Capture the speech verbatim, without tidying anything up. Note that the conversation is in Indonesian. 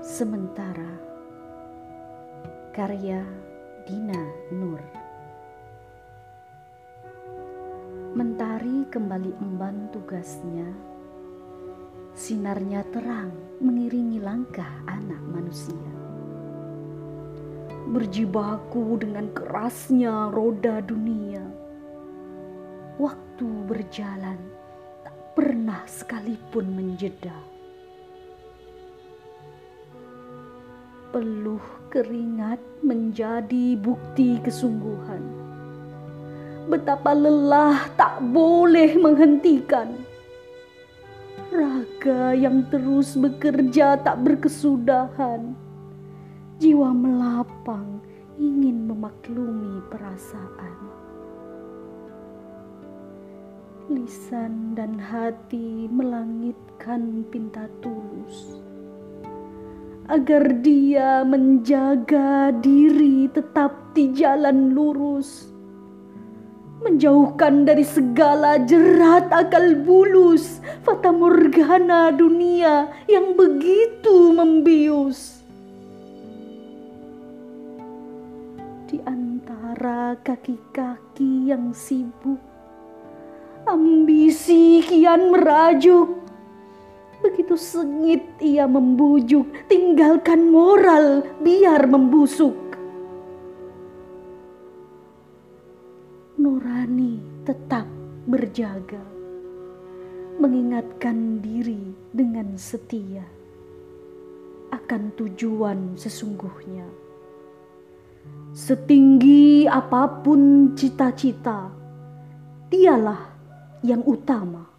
Sementara. Karya Dina Nur. Mentari kembali emban tugasnya. Sinarnya terang mengiringi langkah anak manusia. Berjibaku dengan kerasnya roda dunia. Waktu berjalan tak pernah sekalipun menjeda. Peluh keringat menjadi bukti kesungguhan. Betapa lelah tak boleh menghentikan. Raga yang terus bekerja tak berkesudahan. Jiwa melapang ingin memaklumi perasaan. Lisan dan hati melangitkan pinta tulus. Agar dia menjaga diri tetap di jalan lurus. Menjauhkan dari segala jerat akal bulus, fata morgana dunia yang begitu membius. Di antara kaki-kaki yang sibuk, ambisi kian merajuk. Begitu sengit ia membujuk, tinggalkan moral biar membusuk. Nurani tetap berjaga, mengingatkan diri dengan setia akan tujuan sesungguhnya. Setinggi apapun cita-cita, dialah yang utama.